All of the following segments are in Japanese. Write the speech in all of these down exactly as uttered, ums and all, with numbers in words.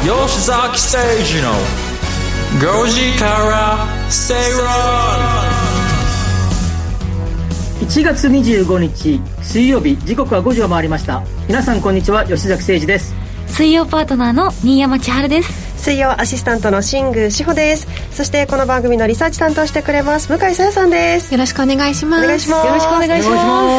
吉崎誠二のごじから正論。 いちがつにじゅうごにち水曜日、時刻はごじを回りました。皆さんこんにちは、吉崎誠二です。 水曜パートナーの新山千春です。 水曜アシスタントの新宮志保です。そしてこの番組のリサーチ担当してくれます向井沙耶さんです。 よろしくお願いします。 お願いします。 よろしくお願いします。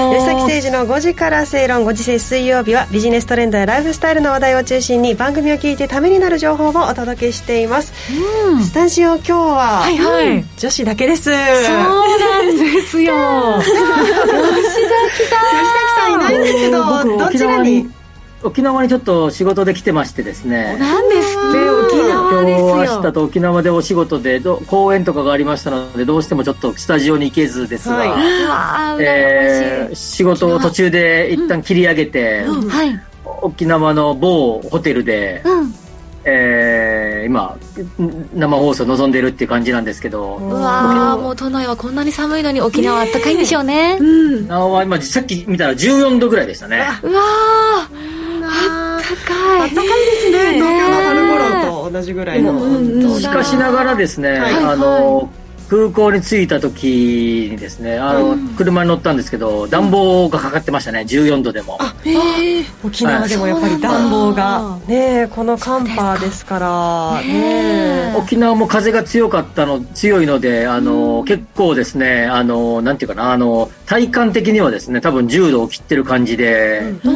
吉崎誠二のごじから正論。ご時世水曜日はビジネストレンドやライフスタイルの話題を中心に番組を聞いてためになる情報をお届けしています、うん、スタジオ今日は、はいはい、うん、女子だけです。そうなんですよ吉崎さん吉崎さんいないんですけど、どちらに沖縄にちょっと仕事で来てましてですね。 なんですって沖縄ですよ。 今日明日と沖縄でお仕事でど講演とかがありましたので、どうしてもちょっとスタジオに行けずですが、はい、えー、仕事を途中で一旦切り上げて、うんうん、はい、沖縄の某ホテルで、うん、えー、今生放送望んでるっていう感じなんですけど、 うわー、もう都内はこんなに寒いのに沖縄あったかいんでしょうね。 沖縄は今さっき見たらじゅうよんどぐらいでしたね。 うわー、あったかい、 あったかいですね。東京の春頃と同じぐらいの、 うんうん、しかしながらですね、はい、あの、はい、空港に着いた時にですね、あの、うん、車に乗ったんですけど、暖房がかかってましたね。じゅうよんどでも。あ、 へー、沖縄でもやっぱり暖房がね、この寒波ですからね。 沖縄も風が強かったの強いので、あの、うん、結構ですね、あのなんていうかな、あの体感的にはですね、多分じゅうどを切ってる感じで、うん、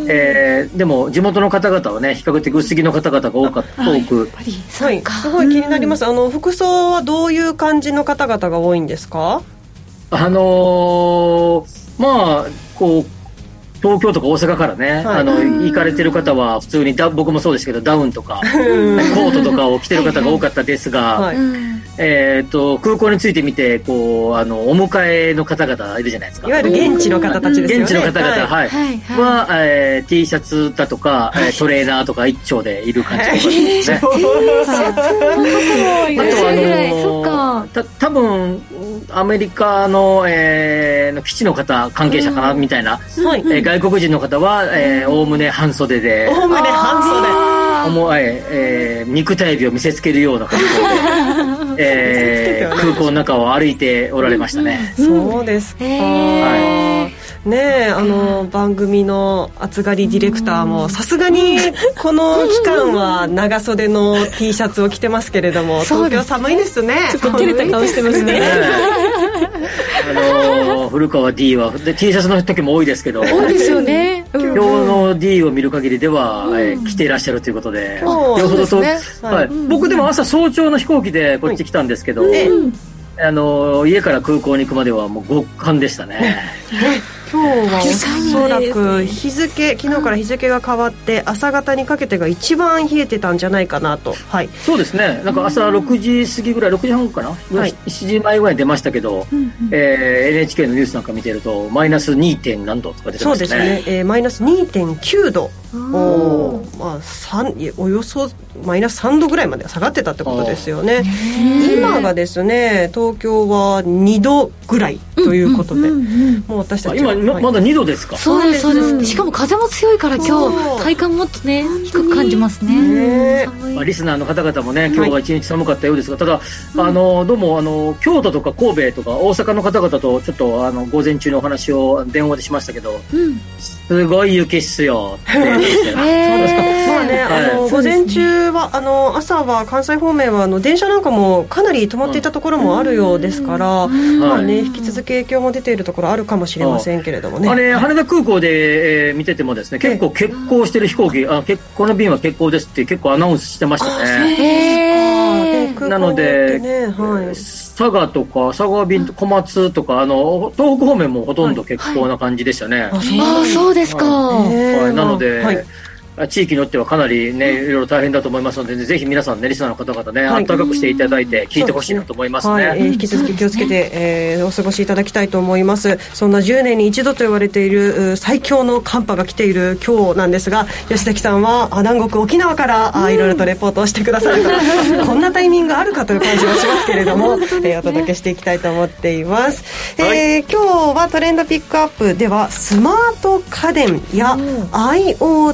えー、でも地元の方々はね、比較的薄着の方々が多か多く、 はい、すごい気になります。あの服装はどういう感じの方々が多いんですか？ あのー、まあこう東京とか大阪からね、はい、あの行かれてる方は普通にダ僕もそうですけどダウンとかコートとかを着てる方が多かったですが、はいはい、えー、と空港に着いてみてこうあのお迎えの方々いるじゃないですか。 いわゆる現地の方たちですよね。 現地の方々、はいはいはい、は、えー、T シャツだとか、はい、トレーナーとか一丁でいる感じですね。T シャツあとあのた多分アメリカの、えー、の基地の方関係者かな、うん、みたいな、はい、えー、外国人の方はおおむね半袖で、 おおむね半袖、おえー、肉体美を見せつけるような格好で、えー、空港の中を歩いておられましたね。 うん、そうですか、はい、ねえ、あの番組の厚刈りディレクターもさすがにこの期間は長袖の T シャツを着てますけれども、東京寒いですね。 ちょっと照れた顔してますね。 あの古川 D はで T シャツの時も多いですけど、 多いですよね。 今日の D を見る限りでは、うん、えー、着ていらっしゃるということで、両方と、ね、はい、うん、僕でも朝早朝の飛行機でこっち来たんですけど、うん、あの家から空港に行くまではもう極寒でしたね。 今日はおそらく日付昨日から日付が変わって朝方にかけてが一番冷えてたんじゃないかなと、はい、 そうですね。なんか朝ろくじ過ぎぐらい、ろくじはんかな、はい、しちじまえぐらいに出ましたけど、うんうん、えー、エヌエイチケー のニュースなんか見てるとマイナス にてん 何度とか出てましたね。 そうですね、えー、マイナス にてんきゅうど、お、まあ、さんおよそマイナスさんどぐらいまで下がってたってことですよね。今がですね、東京はにどぐらいということで、うんうんうんうん、もう私たちは今、はい、まだにどですか？ そうですそうです、うん、しかも風も強いから今日体感もっとね低く感じますね。ね、 まあ、リスナーの方々もね、今日は一日寒かったようですが、はい、ただあのどうもあの京都とか神戸とか大阪の方々とちょっとあの午前中のお話を電話でしましたけど、うん、すごい雪っすよって言ってましたよ。 そうですか。まあね、あの、はい、午前中はあの朝は関西方面はあの電車なんかもかなり止まっていたところもあるようですから、うん、まあね、引き続き影響も出ているところあるかもしれませんけれどもね。 あれ羽田空港で、えー、見ててもですね、結構欠航してる飛行機、あ結この便は欠航ですって結構アナウンスしてましたね。 へー、 なので、 ね、はい、 佐賀とか佐賀便と小松とかあの東北方面もほとんど欠航な感じでしたね。はいはい、 ああ、そうですか。 はい、はい、なので、はい、地域によってはかなりね、いろいろ大変だと思いますので、ね、ぜひ皆さんね、リスナーの方々ね、はい、暖かくしていただいて聞いてほしいなと思いますね。 はい、えー、引き続き気をつけて、えー、お過ごしいただきたいと思います。そんなじゅうねんに一度と言われている最強の寒波が来ている今日なんですが、吉崎さんは南国沖縄からいろいろとレポートをしてくださるこんなタイミングあるかという感じはしますけれども、ね、えー、お届けしていきたいと思っています。はい、えー、今日はトレンドピックアップではスマート家電や アイオーティー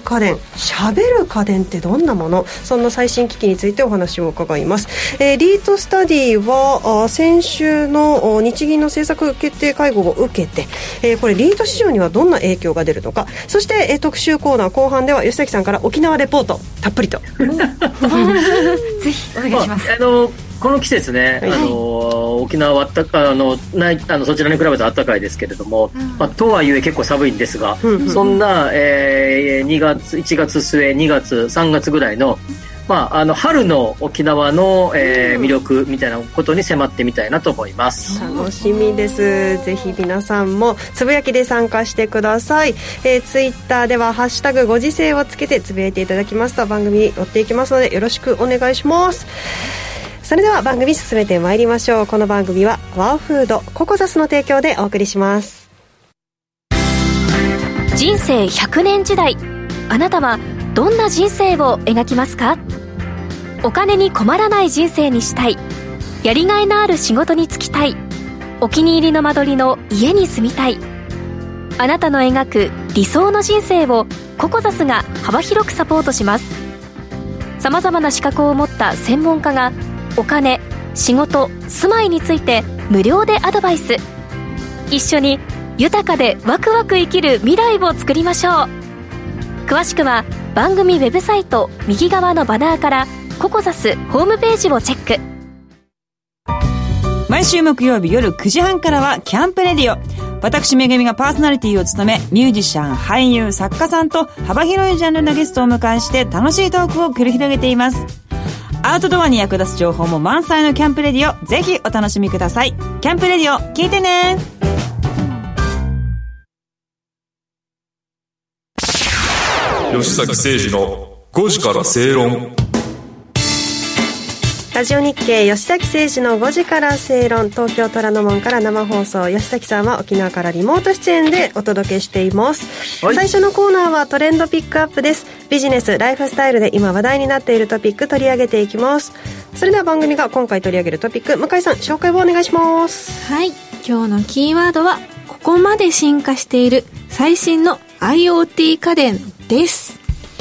家電、喋る家電ってどんなもの、そんな最新機器についてお話を伺います。えー、リートスタディは先週の日銀の政策決定会合を受けて、えー、これリート市場にはどんな影響が出るのか、そして、えー、特集コーナー後半では吉崎さんから沖縄レポートたっぷりとぜひお願いします。 あのこの季節ね、はい、あの沖縄はあったあのないあのそちらに比べて暖かいですけれども、うん、まあ、とはいえ結構寒いんですが、うん、そんな、えー、にがついちがつ末にがつさんがつぐらいの、まあ、あの春の沖縄の、えー、魅力みたいなことに迫ってみたいなと思います。 楽しみです。ぜひ皆さんもつぶやきで参加してください。えー、ツイッターではハッシュタグご時世をつけてつぶやいていただきますと番組に載っていきますのでよろしくお願いします。それでは番組進めてまいりましょう。この番組はワオフードココザスの提供でお送りします。 人生ひゃくねん時代、あなたはどんな人生を描きますか？お金に困らない人生にしたい、やりがいのある仕事に就きたい、お気に入りの間取りの家に住みたい。あなたの描く理想の人生をココザスが幅広くサポートします。さまざまな資格を持った専門家がお金、仕事、住まいについて無料でアドバイス。一緒に豊かでワクワク生きる未来を作りましょう。詳しくは番組ウェブサイト右側のバナーからココザスホームページをチェック。 毎週木曜日夜くじはんからはキャンプレディオ。私めぐみがパーソナリティを務め、ミュージシャン、俳優、作家さんと幅広いジャンルのゲストを迎えして楽しいトークを繰り広げています。アウトドアに役立つ情報も満載のキャンプレディオ、ぜひお楽しみください。キャンプレディオ聞いてね。 吉崎誠二のごじから正論。 ラジオ日経吉崎誠二のごじから正論、東京虎ノ門から生放送。吉崎さんは沖縄からリモート出演でお届けしています、はい、最初のコーナーはトレンドピックアップです。ビジネスライフスタイルで今話題になっているトピック取り上げていきます。それでは番組が今回取り上げるトピック、向井さん紹介をお願いします。 はい、今日のキーワードはここまで進化している最新の IoT 家電です。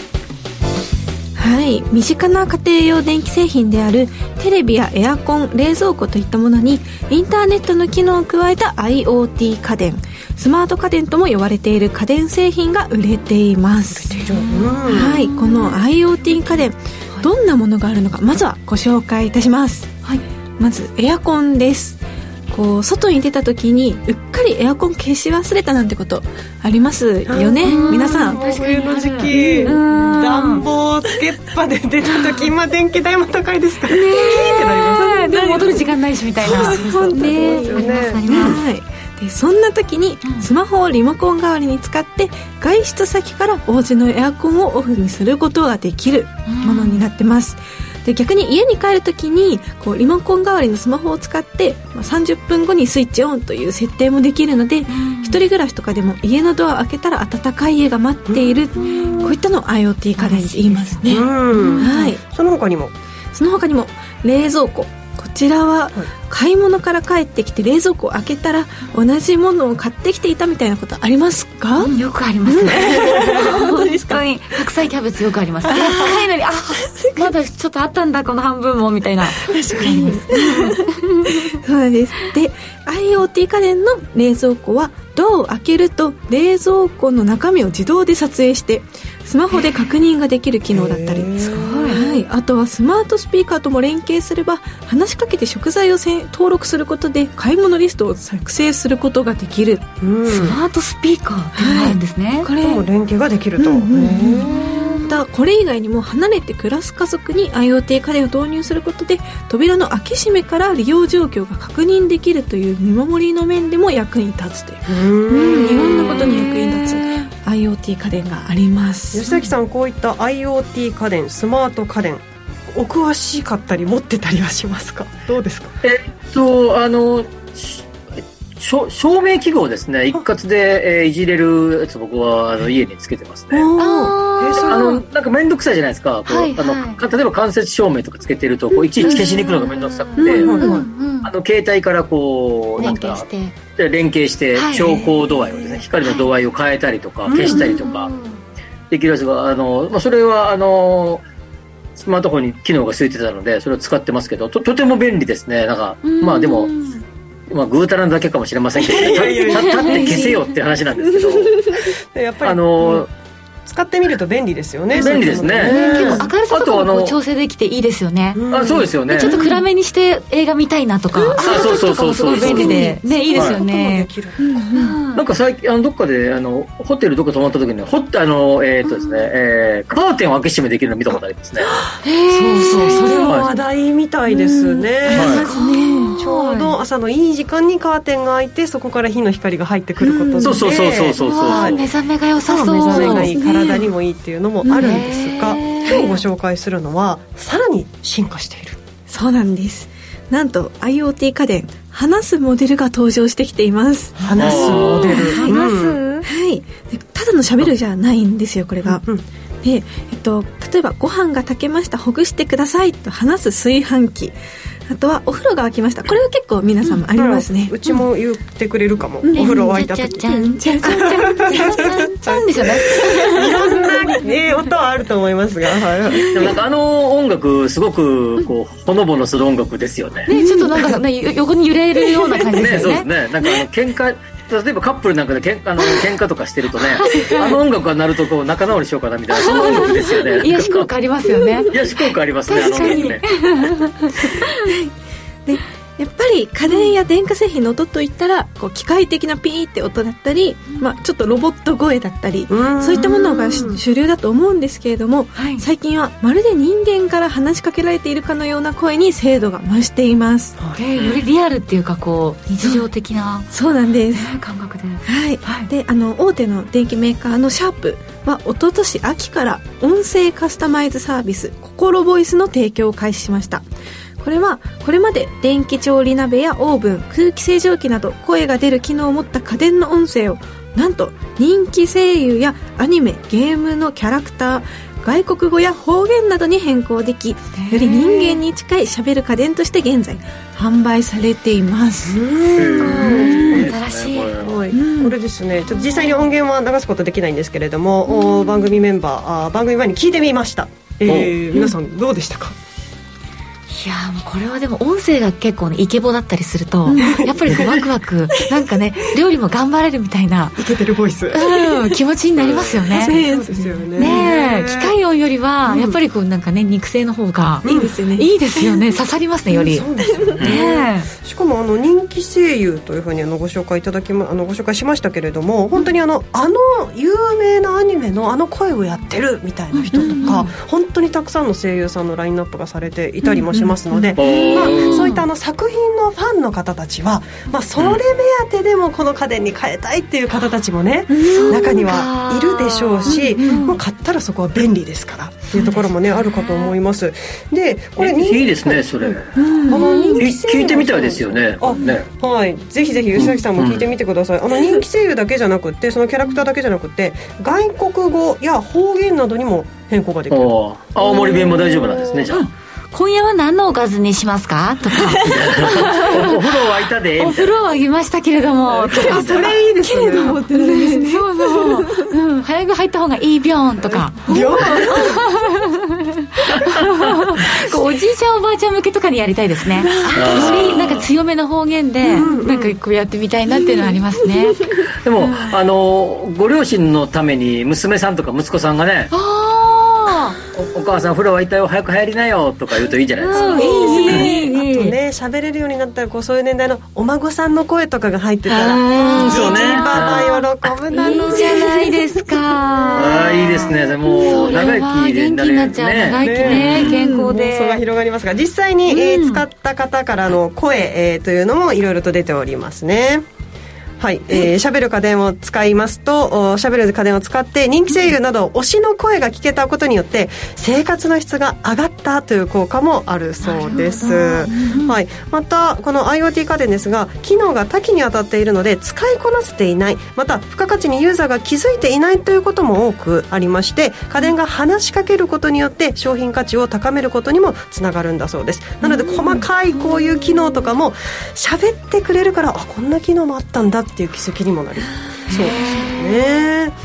はい、身近な家庭用電気製品であるテレビやエアコン、冷蔵庫といったものにインターネットの機能を加えた IoT 家電、スマート家電とも呼ばれている家電製品が売れています。はい、この IoT 家電、どんなものがあるのか、まずはご紹介いたします。はい、まずエアコンです。こう外に出た時にうっかりエアコン消し忘れたなんてことありますよね、皆さん。 冬の時期暖房つけっぱで出た時今電気代も高いですからねってなります。 でも戻る時間ないしみたいな。 そうですよね。でそんな時にスマホをリモコン代わりに使って外出先からお家のエアコンをオフにすることができるものになってます。で逆に家に帰るときにこうリモコン代わりのスマホを使って、まあ、さんじゅっぷんごにスイッチオンという設定もできるので、一人暮らしとかでも家のドアを開けたら暖かい家が待っている、こういったのを IoT 家電って言いますね。はい、 その他にもその他にも冷蔵庫、こちらは買い物から帰ってきて冷蔵庫を開けたら同じものを買ってきていたみたいなことありますか？ うん、よくありますね。本当ですか？本当に白菜キャベツよくあります。高いのに、あ、まだちょっとあったんだこの半分もみたいな。確かに。 そうです。で IoT 家電の冷蔵庫はドアを開けると冷蔵庫の中身を自動で撮影してスマホで確認ができる機能だったり、すごい、はい、あとはスマートスピーカーとも連携すれば話しかけて食材をせ登録することで買い物リストを作成することができる。 うん、スマートスピーカーってのがあるんですね、はい、 これとも連携ができると、うんうんうん、またこれ以外にも離れて暮らす家族に IoT 家電を導入することで扉の開け閉めから利用状況が確認できるという見守りの面でも役に立つという、うん、いろんなことに役に立つ IoT 家電があります。 吉崎さん、こういった IoT 家電、スマート家電お詳しかったり持ってたりはしますか？どうですか？ えっとあの照明器具をですね一括で、えー、いじれるやつ僕はあの家につけてますね。ああのなんか面倒くさいじゃないですか、こう、はいはい、あの例えば間接照明とかつけてるとこういちいち消しに行くのが面倒くさくて、うんうんうん、あの携帯からこう連携して連携して、はい、調光度合いをですね、光の度合いを変えたりとか、うん、消したりとか、 できるやつがあの、まあ、それはあのスマートフォンに機能がついてたのでそれを使ってますけど と, とても便利ですね。なんかまあでもまあぐうたらなだけかもしれませんけど、ね、立って消せよって話なんですけどやっぱりあの、うん使ってみると便利ですよね。 便利ですね。 結構明るさとかも調整できていいですよね。 あ、そうですよね。 ちょっと暗めにして映画見たいなとか、 あ、そうそうそうそう、 すごい便利でね、いいですよね。 なんか最近あのどっかであのホテルどっか泊まった時にホあのえー、っとですね、えー、カーテンを開け閉めできるの見たことありますね。 そうそう、それは話題みたいですね。ちょうど朝のいい時間にカーテンが開いてそこから日の光が入ってくることで、 そうそうそうそうそうそう。 目覚めが良さそう。 目覚めがいい、体にもいいっていうのもあるんですが、今日ご紹介するのはさらに進化している。 そうなんです。なんと IoT 家電話すモデルが登場してきています。 話すモデル、 話す、うん、はい。ただの喋るじゃないんですよこれが、うん、で、えっと、例えばご飯が炊けましたほぐしてくださいと話す炊飯器、あとはお風呂が沸きました。これは結構皆さんもありますね、 うん、うちも言ってくれるかも、うん、お風呂沸いた時ちゃんちゃんちゃんちゃんちゃんちゃんですよね。 いろんな、ね、音はあると思いますが、はい、 でもなんかあの音楽すごくこうほのぼのする音楽ですよね。 ね、ちょっとなんか、ね、横に揺れるような感じですよね。 ね、そうですね。なんかあの喧嘩例えばカップルなんかでけんあの喧嘩とかしてるとねあの音楽が鳴るとこう仲直りしようかなみたいなその音楽ですよね。 癒し効果ありますよね。 癒し効果ありますね。 確かに。 あの音楽ね。 でやっぱり家電や電化製品の音といったらこう機械的なピーって音だったり、まあ、ちょっとロボット声だったりそういったものが主流だと思うんですけれども、はい、最近はまるで人間から話しかけられているかのような声に精度が増しています、 えー、よりリアルっていうかこう日常的なそうなんです、 えー、感覚で、 はいはい、であの大手の電機メーカーのシャープは一昨年秋から音声カスタマイズサービスココロボイスの提供を開始しました。これはこれまで電気調理鍋やオーブン、空気清浄機など声が出る機能を持った家電の音声をなんと人気声優やアニメ、ゲームのキャラクター、外国語や方言などに変更できより人間に近い喋る家電として現在販売されています。すごい新しい、 はい、これですね、ちょっと実際に音源は流すことできないんですけれども、番組メンバーあ番組前に聞いてみました、えー、皆さんどうでしたか？ いやもうこれはでも音声が結構ねイケボだったりするとやっぱりこうワクワクなんかね料理も頑張れるみたいなイケてるボイス、 うん、気持ちになりますよね。 そうですよね。 ね機械音よりはやっぱりこうなんかね肉声の方がいいですよね、 いいですよね。刺さりますねより、うん、そうですよね。 しかもあの人気声優というふうにあのご紹介いただき、ま、あのご紹介しましたけれども、本当にあのあの有名なアニメのあの声をやってるみたいな人とか、うんうんうん、本当にたくさんの声優さんのラインナップがされていたりもしますので、うんうんうんまあ、そういったあの作品のファンの方たちは、まあ、それ目当てでもこの家電に変えたいっていう方たちもね、うん、中にはいるでしょうし、うんうんまあ、買ったらそこは便利ですからっていうところもねあるかと思います。でこれいいですねそれ、うん、あの人気声優聞いてみたいですよね。あねはいぜひぜひ吉崎さんも聞いてみてください、うん、あの人気声優だけじゃなくってそのキャラクターだけじゃなくって外国語や方言などにも変更ができる。 青森弁も大丈夫なんですねじゃあ、うん今夜は何のおかずにしますかとかお風呂沸いたでお風呂沸きましたけれどもとかそれいいですね。 そうそう、うん、早く入った方がいいビョーンとかビョーンおじいちゃんおばあちゃん向けとかにやりたいですね。よりなんか強めの方言でなんかこうやってみたいなっていうのはありますね。 でもあのご両親のために娘さんとか息子さんがねお, お母さん風呂沸いたよ早く入りなよとか言うといいじゃないですか、うん、 いいですね。あとね喋れるようになったらこうそういう年代のお孫さんの声とかが入ってたらそうねパパ喜ぶだろう、 いいじゃないですか。 あいいですね。もう長生きでなれるね。 元気になっちゃう長生きね、ね健康で妄想が広がりますが実際に、うんえー、使った方からの声、えー、というのもいろいろと出ておりますね。はい、えー、喋る家電を使いますと喋る家電を使って人気声優など推しの声が聞けたことによって生活の質が上がったという効果もあるそうです、うんはい、またこの IoT 家電ですが機能が多岐にわたっているので使いこなせていないまた付加価値にユーザーが気づいていないということも多くありまして家電が話しかけることによって商品価値を高めることにもつながるんだそうです。なので細かいこういう機能とかも喋ってくれるからあこんな機能もあったんだっていう気づきにもなるそうですよね。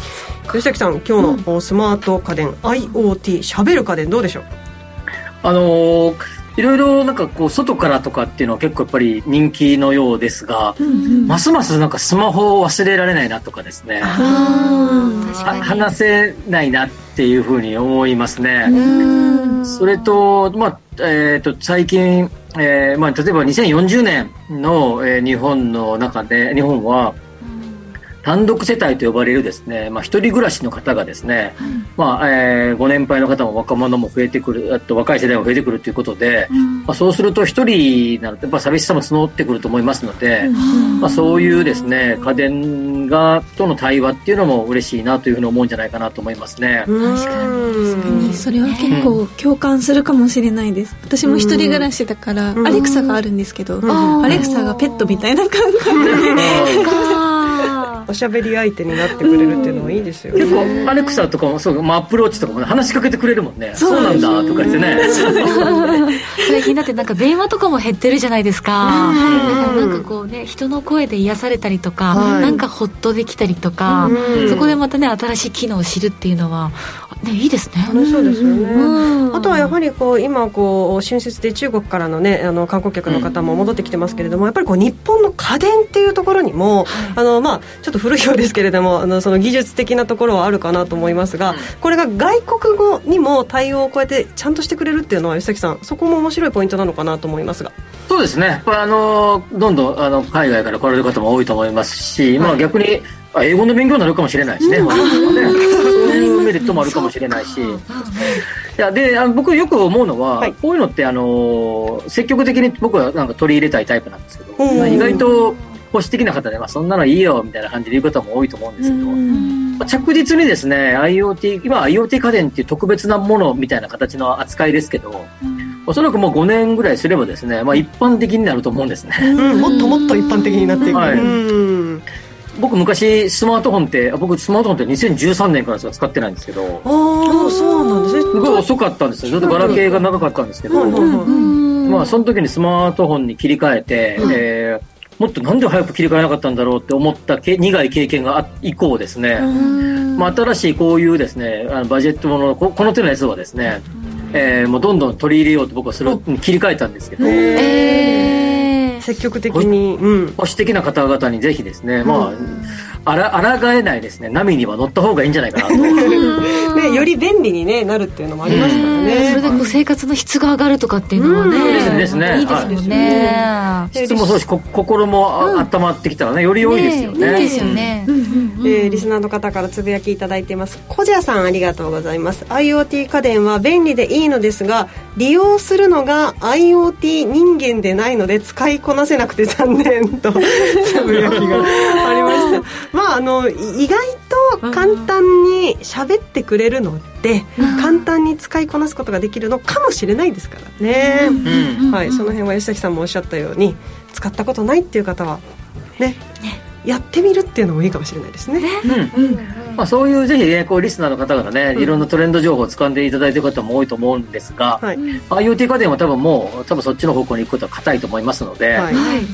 吉崎さん、今日のスマート家電、うん、IoT しゃべる家電どうでしょう？ あのーいろいろなんかこう外からとかっていうのは結構やっぱり人気のようですが、うんうん、ますますなんかスマホを忘れられないなとかですね、話せないなっていうふうに思いますね。それと、まあえー、と最近、えーまあ、例えばにせんよんじゅうねんの、えー、日本の中で日本は単独世帯と呼ばれるですね、まあ、一人暮らしの方がですね、うん、まあえー、ご年配の方も若者も増えてくる、あと若い世代も増えてくるということで、うん、まあ、そうすると一人になるとやっぱ寂しさも募ってくると思いますので、うんまあ、そういうですね家電がとの対話っていうのも嬉しいなというふうに思うんじゃないかなと思いますね。 確かに確かにそれは結構共感するかもしれないです。私も一人暮らしだからアレクサがあるんですけど、アレクサがペットみたいな感覚でおしゃべり相手になってくれるっていうのはいいですよね。 結構アレクサとかもそう、まあ、アップルウォッチとかも、ね、話しかけてくれるもんね。そうなんだとか言ってね最近だってなんか電話とかも減ってるじゃないですか。なんかこうね人の声で癒されたりとか、はい、なんかホッとできたりとか、そこでまたね新しい機能を知るっていうのは、ね、いいですね。 楽しそうですよね。あとはやはりこう今こう春節で中国からのねあの観光客の方も戻ってきてますけれども、やっぱりこう日本の家電っていうところにも、はい、あのまあちょっと古いようですけれども、あのその技術的なところはあるかなと思いますが、これが外国語にも対応をこうやってちゃんとしてくれるっていうのは吉崎さん、そこも面白いポイントなのかなと思いますが。 そうですね、あのどんどんあの海外から来られる方も多いと思いますし、はい、まあ、逆に英語の勉強になるかもしれないしね、うん、ねそういうメリットもあるかもしれないし、いやであの僕よく思うのは、はい、こういうのってあの積極的に僕はなんか取り入れたいタイプなんですけど、まあ、意外と保守的な方で、まあ、そんなのいいよみたいな感じで言う方も多いと思うんですけど、まあ、着実にですね IoT 今 IoT 家電っていう特別なものみたいな形の扱いですけど、おそらくもうごねんぐらいすればですね、まあ、一般的になると思うんですね、 うん、もっともっと一般的になっていく、はい、うん僕昔スマートフォンって僕スマートフォンってにせんじゅうさんねんからしか使ってないんですけど、 ああそうなんですね。 すごい遅かったんですよ。ちょっとガラケーが長かったんですけど、まあその時にスマートフォンに切り替えて、うんえーもっとなんで早く切り替えなかったんだろうって思ったけ苦い経験が以降ですね、まあ、新しいこういうですねあのバジェットもの こ, この手のやつはですね、えー、もうどんどん取り入れようと僕はそれを切り替えたんですけど、 えー、積極的に、 うん、保守的な方々にぜひですね、まあ、あら抗えないですね波には乗った方がいいんじゃないかなとね、より便利に、ね、なるっていうのもありますからね。 それでこう生活の質が上がるとかっていうのはね、 うん、ですね、 いいですもんね、 はい、質もそうしこ心も温まってきたらねより良いですよね。 ねいいですよね、うんうんうんえー、リスナーの方からつぶやきいただいています。小ジャさんありがとうございます。 IoT 家電は便利でいいのですが利用するのが IoT 人間でないので使いこなせなくて残念とつぶやきがありましたまああの意外と簡単に喋ってくれるので、うん、簡単に使いこなすことができるのかもしれないですからね、うんはい、その辺は吉崎さんもおっしゃったように使ったことないっていう方はね、ねやってみるっていうのもいいかもしれないですね。 うんうんまあ、そういうぜひ、ね、こうリスナーの方々ね、うん、いろんなトレンド情報を掴んでいただいている方も多いと思うんですが、はい、IoT 家電は多分もう多分そっちの方向に行くことは固いと思いますので、はい、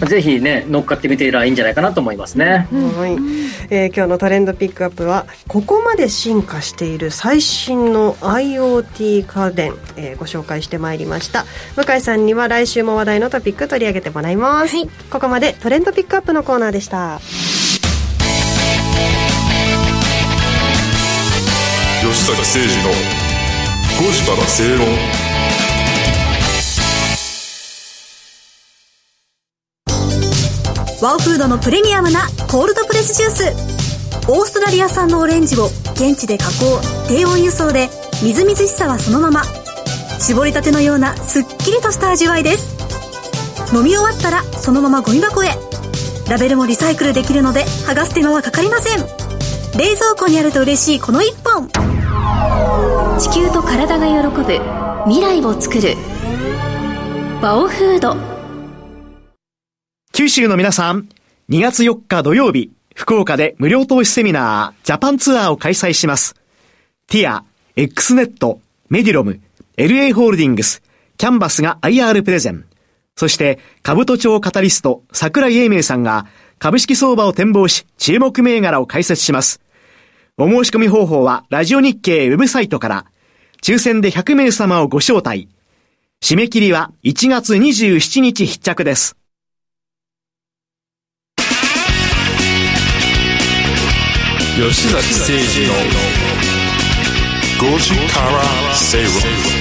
ぜひね乗っかってみていたらいいんじゃないかなと思いますね、 うんはいえー、今日のトレンドピックアップはここまで進化している最新の IoT 家電、えー、ご紹介してまいりました。向井さんには来週も話題のトピック取り上げてもらいます、はい、ここまでトレンドピックアップのコーナーでした。 吉崎誠二のごじから正論。 ワオフードのプレミアムなコールドプレスジュース。オーストラリア産のオレンジを現地で加工低温輸送でみずみずしさはそのまま、絞りたてのようなすっきりとした味わいです。飲み終わったらそのままゴミ箱へ。ラベルもリサイクルできるので剥がす手間はかかりません。冷蔵庫にあると嬉しいこの一本。 地球と体が喜ぶ未来を作るワオフード。 九州の皆さん、にがつよっか土曜日、福岡で無料投資セミナージャパンツアーを開催します。ティア、X ネット、メディロム、エルエー ホールディングス、キャンバスが アイアール プレゼン。そして兜町カタリスト櫻井英明さんが株式相場を展望し注目銘柄を解説します。 お申し込み方法はラジオ日経ウェブサイトから、抽選でひゃくめい様をご招待。締め切りはいちがつにじゅうしちにち必着です。 吉崎誠二のごじから正論。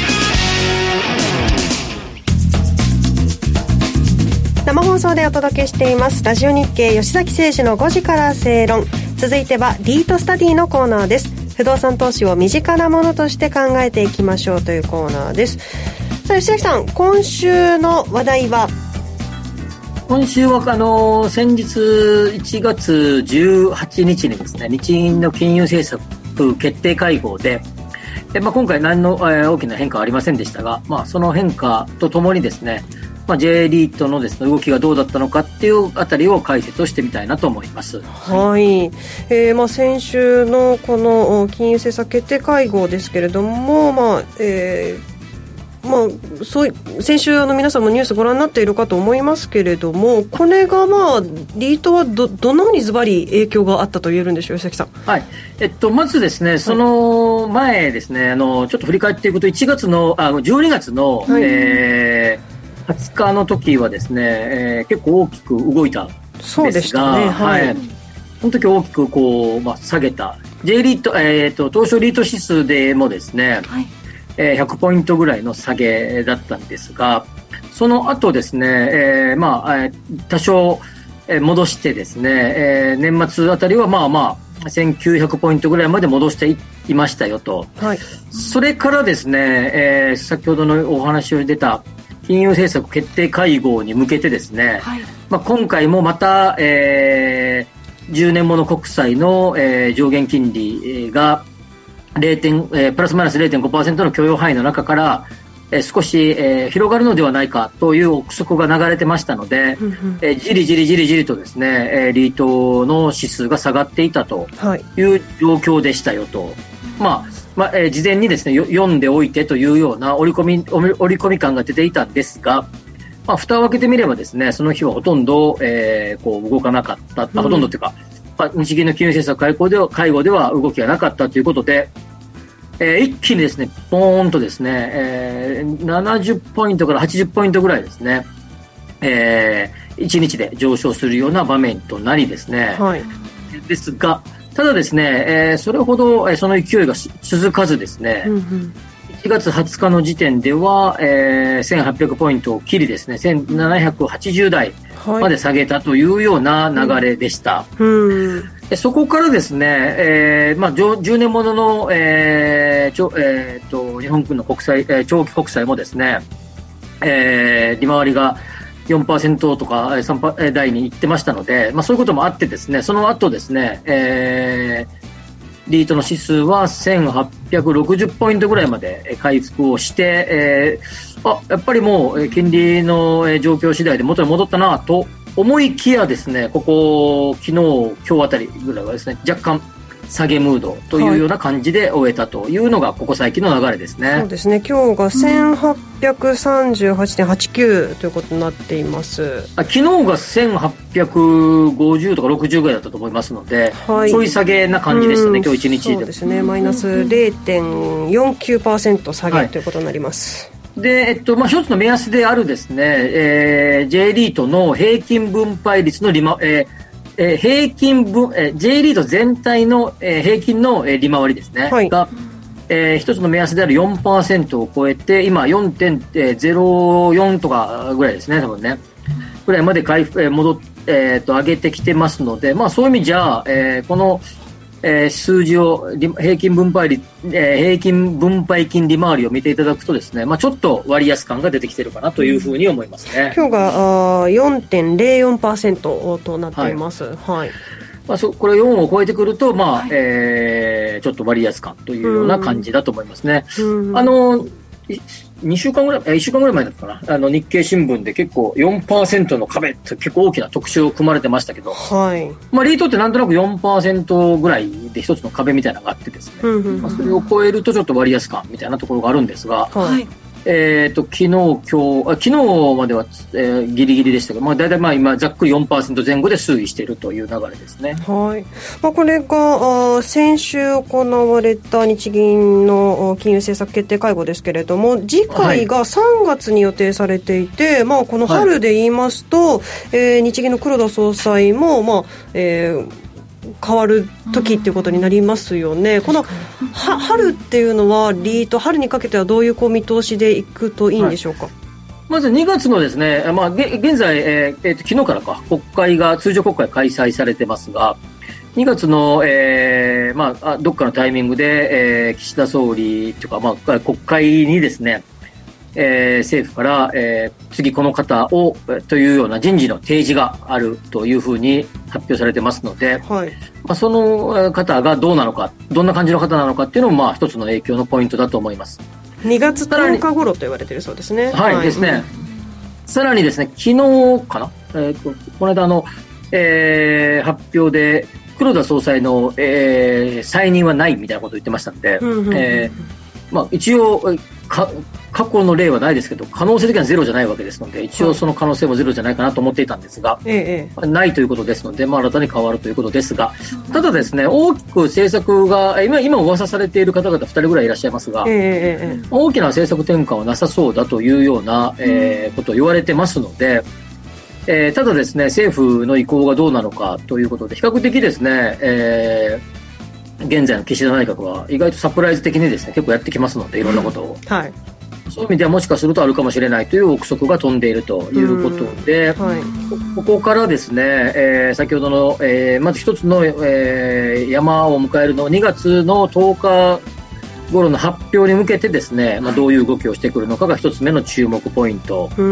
生放送でお届けしていますラジオ日経吉崎誠二のごじから正論。続いてはリートスタディのコーナーです。不動産投資を身近なものとして考えていきましょうというコーナーです。さあ吉崎さん、今週の話題は？ 今週はあの先日いちがつじゅうはちにちにですね、日銀の金融政策決定会合で、で、まあ、今回何の、えー、大きな変化はありませんでしたが、まあ、その変化とともにですね、まあ、J リートのですね動きがどうだったのかっていうあたりを解説をしてみたいなと思います。 はい、えーまあ、先週のこの金融政策決定会合ですけれども、まあえーまあ、そうい先週あの皆さんもニュースご覧になっているかと思いますけれども、これがまあリートは ど, どんなふうにズバリ影響があったと言えるんでしょう、吉崎さん。 はい、えっと、まずですね、その前ですね、あのちょっと振り返っていくといちがつのあじゅうにがつの、はい、えー、はつかの時はですね、えー、結構大きく動いたんですが、そうでしたね、はいはい、その時大きくこう、まあ、下げた J リート、えー、と東証リート指数でもですね、はい、ひゃくポイントぐらいの下げだったんですが、その後ですね、えーまあ、多少戻してですね、えー、年末あたりはまあまあせんきゅうひゃくポイントぐらいまで戻していましたよと、はい、それからですね、えー、先ほどのお話を出た金融政策決定会合に向けてですね、はい、まあ、今回もまた、えー、じゅうねんもの国債の、えー、上限金利がゼロ. えー、プラスマイナス ゼロてんごパーセント の許容範囲の中から、えー、少し、えー、広がるのではないかという憶測が流れてましたので、うんうん、えー、じりじりじりじりとですね、えー、リートの指数が下がっていたという状況でしたよと、はい、まあまあえー、事前にですね読んでおいてというような織り込み織り込み感が出ていたんですが、まあ、蓋を開けてみればですね、その日はほとんど、えー、こう動かなかった、うん、ほとんどというか、まあ、日銀の金融政策会合では会合では動きがなかったということで、えー、一気にですねポーンとですね、えー、ななじゅうポイントからはちじゅうポイントぐらいですね、えー、いちにちで上昇するような場面となりですね、はい、ですがただですね、えー、それほど、えー、その勢いが続かずですね、うんうん、いちがつはつかの時点では、えー、せんはっぴゃくポイントを切りですねせんななひゃくはちじゅうだいまで下げたというような流れでした、うんうん、でそこからですね、えーまあ、じゅうねんものの、えーちょえー、と日本軍の国債、えー、長期国債もですね、えー、利回りが よんパーセント とかさんパーセント台に行ってましたので、まあ、そういうこともあってですね、その後ですね、えー、リートの指数はせんはっぴゃくろくじゅうポイントぐらいまで回復をして、えーあやっぱりもう金利の状況次第で元に戻ったなと思いきやですね、ここ昨日今日あたりぐらいはですね若干下げムードというような感じで終えたというのがここ最近の流れですね、はい、 そうですね、今日が せんはっぴゃくさんじゅうはちてんはちきゅう ということになっています。 あ昨日がせんはっぴゃくごじゅうとかろくじゅうぐらいだったと思いますので、はい、ちょい下げな感じでしたね、今日いちにちで。 そうですね、マイナス ゼロてんよんきゅうパーセント 下げ、はい、ということになります。 でえっとまあ、一つの目安であるですね、えー、J リートの平均分配率の利回、えーえー、平均分、えー、J リート全体の、えー、平均の、えー、利回りですね、はい、が、えー、一つの目安である よんパーセント を超えて今 よんてんゼロよん とかぐらいですね、多分ねぐらいまで回復、えー、戻っ、えー、と上げてきてますので、まあ、そういう意味じゃ、えー、このえー、数字を平均分配率、えー、平均分配金利回りを見ていただくとですね、まあ、ちょっと割安感が出てきてるかなというふうに思いますね、 うん、今日があ よんてんゼロよんパーセント となっています、はいはい、まあ、そこれよんを超えてくると、まあはい、えー、ちょっと割安感というような感じだと思いますね、うん、あのにしゅうかんぐらい、いっしゅうかんぐらい前だったかな、あの日経新聞で結構 よんパーセント の壁って結構大きな特集を組まれてましたけど、はい、まあ、リートってなんとなく よんパーセント ぐらいで一つの壁みたいなのがあってですね、うんうんうん、まあ、それを超えるとちょっと割安感みたいなところがあるんですが、はい、 えーと、昨日、今日、あ昨日までは、えー、ギリギリでしたけど、まあ、大体まあ今、ざっくり よんパーセント 前後で推移しているという流れですね。 はい。まあ、これが、あ先週行われた日銀の金融政策決定会合ですけれども、次回がさんがつに予定されていて、はい、まあ、この春で言いますと、はい、えー、日銀の黒田総裁も、まあ、えー、変わる時っていうことになりますよね、うん、このは春っていうのはリート春にかけてはどういうこう見通しでいくといいんでしょうか。はい、 まずにがつのですね、まあ、現在、えーえー、と昨日からか国会が通常国会開催されてますが、にがつの、えーまあ、どっかのタイミングで、えー、岸田総理というか、まあ、国会にですね、えー、政府から、えー、次この方をというような人事の提示があるというふうに発表されてますので、はい、まあ、その方がどうなのか、どんな感じの方なのかっていうのも、まあ、一つの影響のポイントだと思います。 にがつとおか頃と言われているそうですね。 はい、はい、ですね、うん、さらにですね、昨日かな、えー、とこの間の、えー、発表で黒田総裁の、えー、再任はないみたいなことを言ってましたので、うんうんうん、えーまあ、一応か過去の例はないですけど、可能性的にはゼロじゃないわけですので、一応その可能性もゼロじゃないかなと思っていたんですが、ええ、ないということですので、まあ、新たに変わるということですが、ただですね、大きく政策が今今噂されている方々ふたりぐらいいらっしゃいますが、ええ、大きな政策転換はなさそうだというような、えー、ことを言われてますので、えー、ただですね、政府の意向がどうなのかということで、比較的ですね、えー、現在の岸田内閣は意外とサプライズ的にですね、結構やってきますので、いろんなことを、はい、そういう意味ではもしかするとあるかもしれないという憶測が飛んでいるということで、はい、ここからですね、えー、先ほどの、えー、まず一つの、えー、山を迎えるのにがつのとおか頃の発表に向けてですね、まあ、どういう動きをしてくるのかが一つ目の注目ポイント。うん、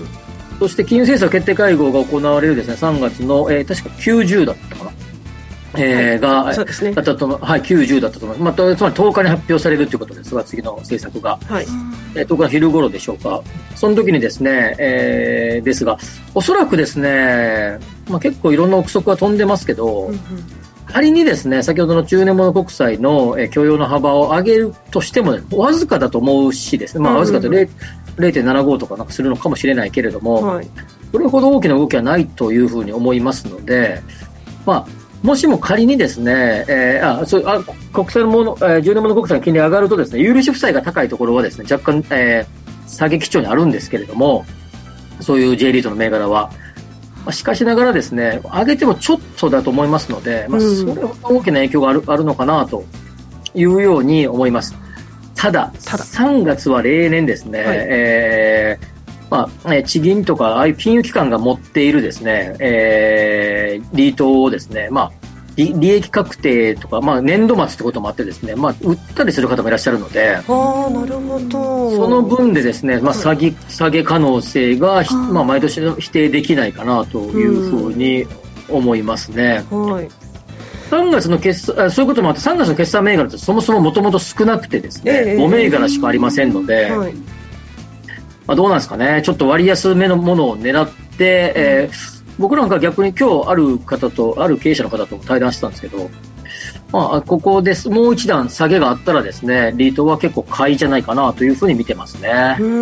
そして金融政策決定会合が行われるですね、さんがつの、えー、確かきゅうじゅうだったかな、えー、が、はい、そうですね、だったと、はい、きゅうじゅうだったと思います。まあ、つまりとおかに発表されるということですが、次の政策が、はい、えー、とおかの昼頃でしょうか。その時にですね、えー、ですが、おそらくですね、まあ、結構いろんな憶測が飛んでますけど、うんうん、仮にですね、先ほどのじゅうねんもの国債の、えー、許容の幅を上げるとしても、ね、わずかだと思うしですね、まあ、わずかと ゼロてんななご とかなんかするのかもしれないけれども、はい、それほど大きな動きはないというふうに思いますので、まあ、もしも仮にですね、えー、あそうあ国債のもの、えー、じゅうねんもの国債の金利が上がるとですね、有利子負債が高いところはですね、若干、えー、下げ基調にあるんですけれども、そういう J リートの銘柄は、まあ、しかしながらですね、上げてもちょっとだと思いますので、まあ、それほど大きな影響がある、あるのかなというように思います。ただ、たださんがつは例年ですね、はい、えーまあ、地銀とかああいう金融機関が持っているですね、えー、リートをですね、まあ、利, 利益確定とか、まあ、年度末ってこともあってですね、まあ、売ったりする方もいらっしゃるので、 あ、なるほど、 その分でですね、まあ、下げ、下げ可能性が、まあ、毎年否定できないかなというふうに思いますね。はい、さんがつの決算、そういうこともあってさんがつの決算銘柄ってそもそももともと少なくてですね、えー、ご銘柄しかありませんので、はい、まあ、どうなんですかね、ちょっと割安めのものを狙って、えー、僕なんか逆に今日ある方とある経営者の方と対談してたんですけど、まあ、ここですもう一段下げがあったらですね、リートは結構買いじゃないかなというふうに見てますね。 うん、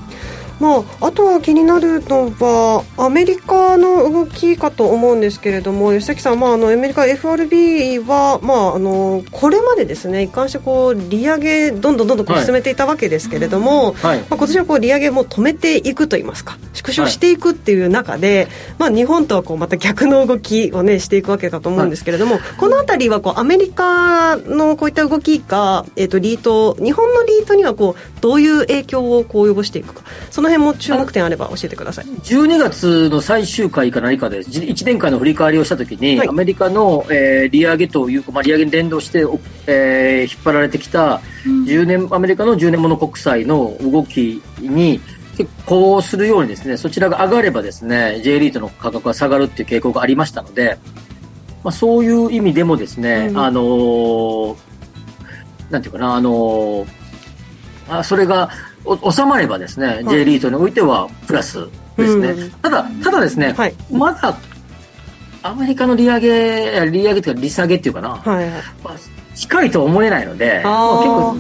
まあ、あとは気になるのはアメリカの動きかと思うんですけれども、吉崎さん、まあ、あのアメリカ エフアールビー は、まあ、あのこれまでですね、一貫してこう利上げどんどんどんどんこう進めていたわけですけれども、はい、まあ、今年はこう利上げも止めていくといいますか、縮小していくっていう中で、はい、まあ、日本とはこうまた逆の動きを、ね、していくわけかと思うんですけれども、はい、このあたりはこうアメリカのこういった動きが、えー、とリート日本のリートにはこうどういう影響をこう及ぼしていくか、その辺も注目点あれば教えてください。 じゅうにがつの最終回か何かでいちねんかんの振り返りをしたときに、はい、アメリカの、えー、利上げというか、まあ、利上げに連動して、えー、引っ張られてきたじゅうねん、うん、アメリカのじゅうねんもの国債の動きに結構するようにですね、そちらが上がればですね J リートの価格が下がるっていう傾向がありましたので、まあ、そういう意味でもですね、うん、あのー、なんていうかな、あのー、あそれが収まればですね、はい、J リートにおいてはプラスですね、うん、ただただですね、はい、まだアメリカの利上げ利上げというか利下げっていうかな、はいはい、まあ、近いとは思えないので、まあ、結構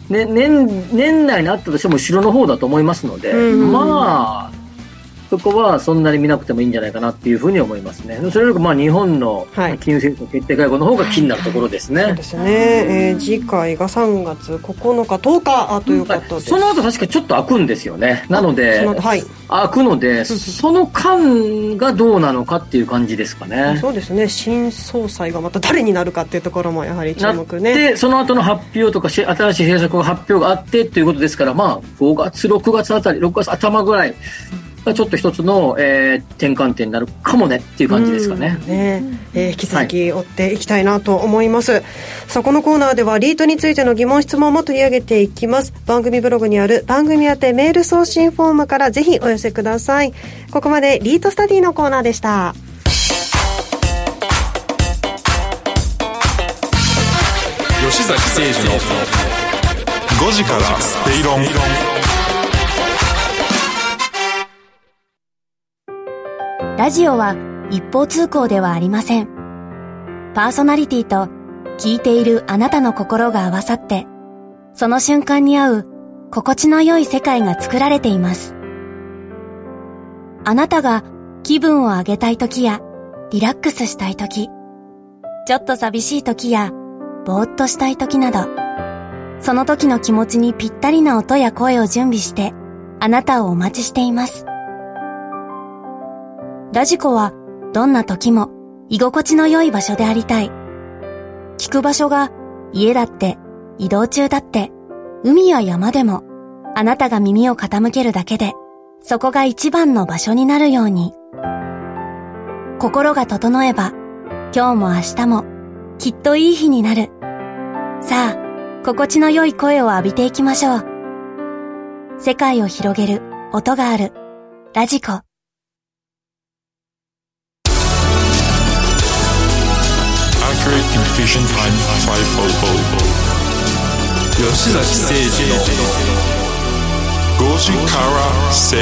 ね、年, 年内にあったとしても後ろの方だと思いますので、うん、まあそこはそんなに見なくてもいいんじゃないかなっていうふうに思いますね。それよりもまあ日本の金融政策決定会合の方が気になるところですね。 そうですね、えー、次回がさんがつここのかとおかということで、 その後確かちょっと開くんですよね。なので、はい、開くのでその間がどうなのかっていう感じですかね。 そうですね、新総裁がまた誰になるかっていうところもやはり注目ね。 でその後の発表とか新しい政策の発表があってということですから、まあごがつろくがつあたりろくがつ頭ぐらいちょっと一つの、えー、転換点になるかもねっていう感じですかね。 ね、えー、引き続き追っていきたいなと思います、はい、さあこのコーナーではリートについての疑問質問も取り上げていきます。番組ブログにある番組宛てメール送信フォームからぜひお寄せください。ここまでリートスタディのコーナーでした。 吉崎誠二のごじから正論。 ラジオは一方通行ではありません。パーソナリティと聞いているあなたの心が合わさって、その瞬間に合う心地の良い世界が作られています。あなたが気分を上げたい時やリラックスしたい時、ちょっと寂しい時やぼーっとしたい時など、その時の気持ちにぴったりな音や声を準備してあなたをお待ちしています。ラジコはどんな時も居心地の良い場所でありたい。聞く場所が家だって移動中だって海や山でも、あなたが耳を傾けるだけでそこが一番の場所になるように。心が整えば今日も明日もきっといい日になる。さあ心地の良い声を浴びていきましょう。世界を広げる音があるラジコ。 吉崎誠二のごじから正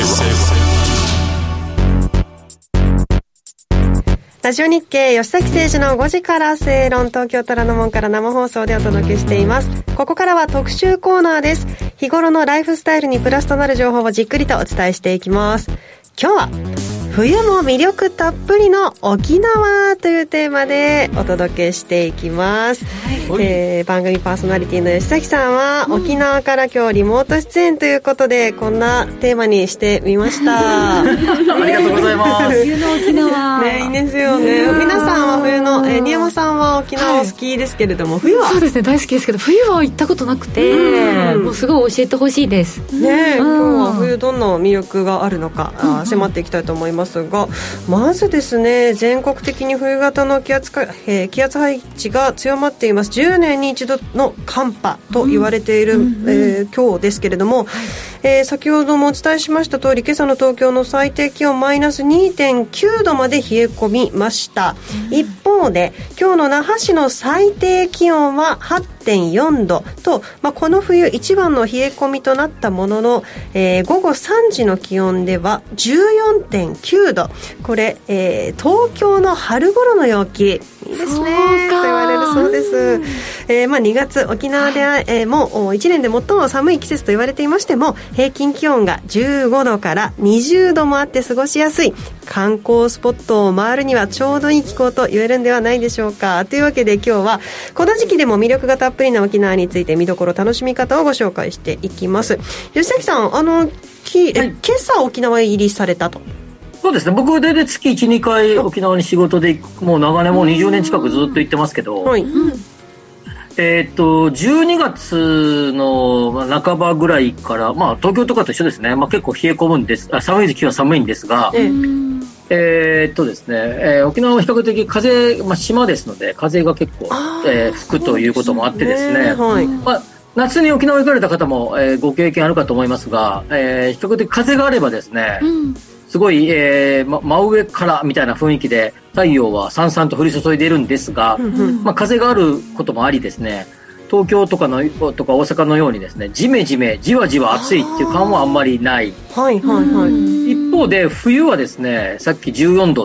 論。 ラジオ日経吉崎誠二のごじから正論、東京虎ノ門から生放送でお届けしています。ここからは特集コーナーです。日頃のライフスタイルにプラスとなる情報をじっくりとお伝えしていきます。今日は冬も魅力たっぷりの沖縄というテーマでお届けしていきます、はい、えー、番組パーソナリティの吉崎さんは沖縄から今日リモート出演ということで、こんなテーマにしてみましたありがとうございます。 冬の沖縄ね、いいですよね。皆さんは冬の、えー、新山さんは沖縄お好きですけれども、はい、冬はそうですね、大好きですけど冬は行ったことなくて、うん、もうすごい教えてほしいですね。今日は冬どんな魅力があるのか、うん、迫っていきたいと思いますが、まずですね、全国的に冬型の気圧か、えー、気圧配置が強まっています。じゅうねんに一度の寒波と言われている、うん、えー、今日ですけれども、はい、えー、先ほどもお伝えしました通り、今朝の東京の最低気温マイナス にてんきゅうどまで冷え込みました、うん、一方で今日の那覇市の最低気温は はちてんよんどと、まあ、この冬一番の冷え込みとなったものの、えー、午後さんじの気温では じゅうよんてんきゅうど、これ、えー、東京の春頃の陽気、いいですねと言われるそうです、えーまあ、にがつ沖縄で、はい、えー、もういちねんで最も寒い季節と言われていましても、平均気温がじゅうごどからにじゅうどもあって過ごしやすい観光スポットを回るにはちょうどいい気候と言えるんではないでしょうか。というわけで今日はこの時期でも魅力がたっぷりな沖縄について見どころ楽しみ方をご紹介していきます。吉崎さん、あのき、はい、今朝沖縄入りされたと。 そうですね、僕大体月 いち,に 回沖縄に仕事でもう長年もうにじゅうねん近くずっと行ってますけど、はい、うん、えー、っとじゅうにがつの半ばぐらいから、まあ、東京とかと一緒ですね、まあ、結構冷え込むんです。あ、寒い時期は寒いんですが、えーえー、っとですね、えー、沖縄は比較的風、まあ、島ですので風が結構、えー、吹くということもあってですね、はい、まあ、夏に沖縄行かれた方も、えー、ご経験あるかと思いますが、えー、比較的風があればですね、うん、すごい、えーま、真上からみたいな雰囲気で太陽はさんさんと降り注いでいるんですが、うんうん、まあ、風があることもありですね、東京とかのとか大阪のようにですね、ジメジメじわじわ暑いっていう感はあんまりない。 はいはいはい。 一方で冬はですね、さっきじゅうよんどとか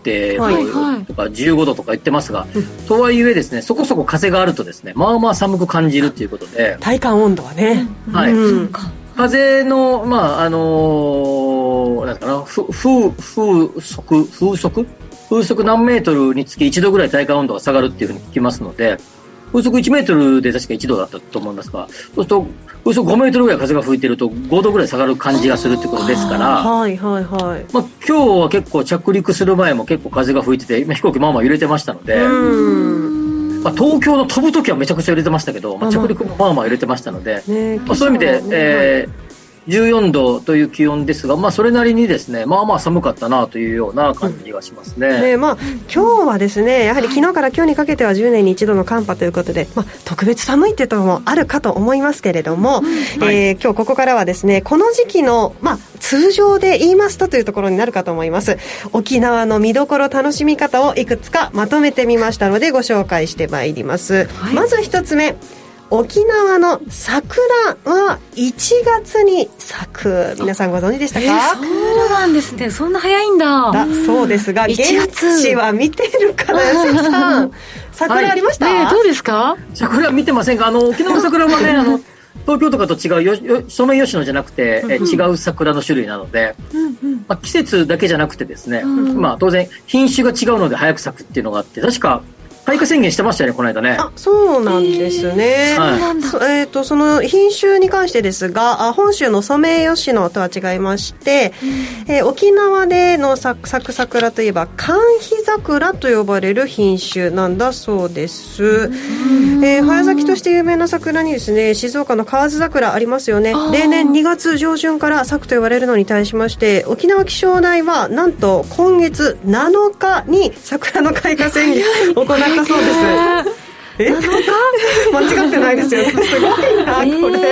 ってとかじゅうごどとか言ってますが、はいはい、とはいえですね、そこそこ風があるとですね、まあまあ寒く感じるということで、 体感温度はね、 はい、うん、風のまああのー、なんかな、風風速風速風速何メートルにつきいちどぐらい体感温度が下がるっていうふうに聞きますので、風速いちメートルで確かいちどだったと思いますが、そうすると風速ごメートルぐらい風が吹いてるとごどぐらい下がる感じがするってことですから、 はいはいはい。 まあ、今日は結構着陸する前も結構風が吹いてて、今飛行機まあまあ揺れてましたので、まあ、東京の飛ぶ時はめちゃくちゃ揺れてましたけど、まあ、着陸もまあまあ揺れてましたので、ね、まあ、そういう意味で、ね、えーじゅうよんどという気温ですが、まあ、それなりにですね、まあまあ寒かったなというような感じがしますね。うん、 で、まあ、今日はですね、やはり昨日から今日にかけてはじゅうねんに一度の寒波ということで、まあ、特別寒いっていうところもあるかと思いますけれども、うん、えー、今日ここからはですね、この時期の、まあ、通常で言いますとというところになるかと思います。沖縄の見どころ、楽しみ方をいくつかまとめてみましたのでご紹介してまいります。はい、まず一つ目。沖縄の桜はいちがつに咲く、皆さんご存知でしたか？えー、 そうなんですね。そんな早いんだ。 だそうですが、現地は見てるかな、吉田さん。桜ありました？ はい、ね、どうですか？ 桜見てませんか？あの沖縄の桜はね、あの東京とかと違うよよソメイヨシノじゃなくて、うんうん、え違う桜の種類なので、うんうん、まあ、季節だけじゃなくてですね、うん、まあ、当然品種が違うので早く咲くっていうのがあって、確か開花宣言してましたよね、この間ね。 あ、そうなんですね。はい、えーと、その品種に関してですが、あ、本州のソメイヨシノとは違いまして、うん、えー、沖縄での咲く桜といえば寒緋桜と呼ばれる品種なんだそうです。うん、えー、早咲きとして有名な桜にですね、静岡の河津桜ありますよね。例年にがつ上旬から咲くと言われるのに対しまして、沖縄気象台はなんと今月なのかに桜の開花宣言を行っただそうです。え間違ってないですよね。すごいな、これ。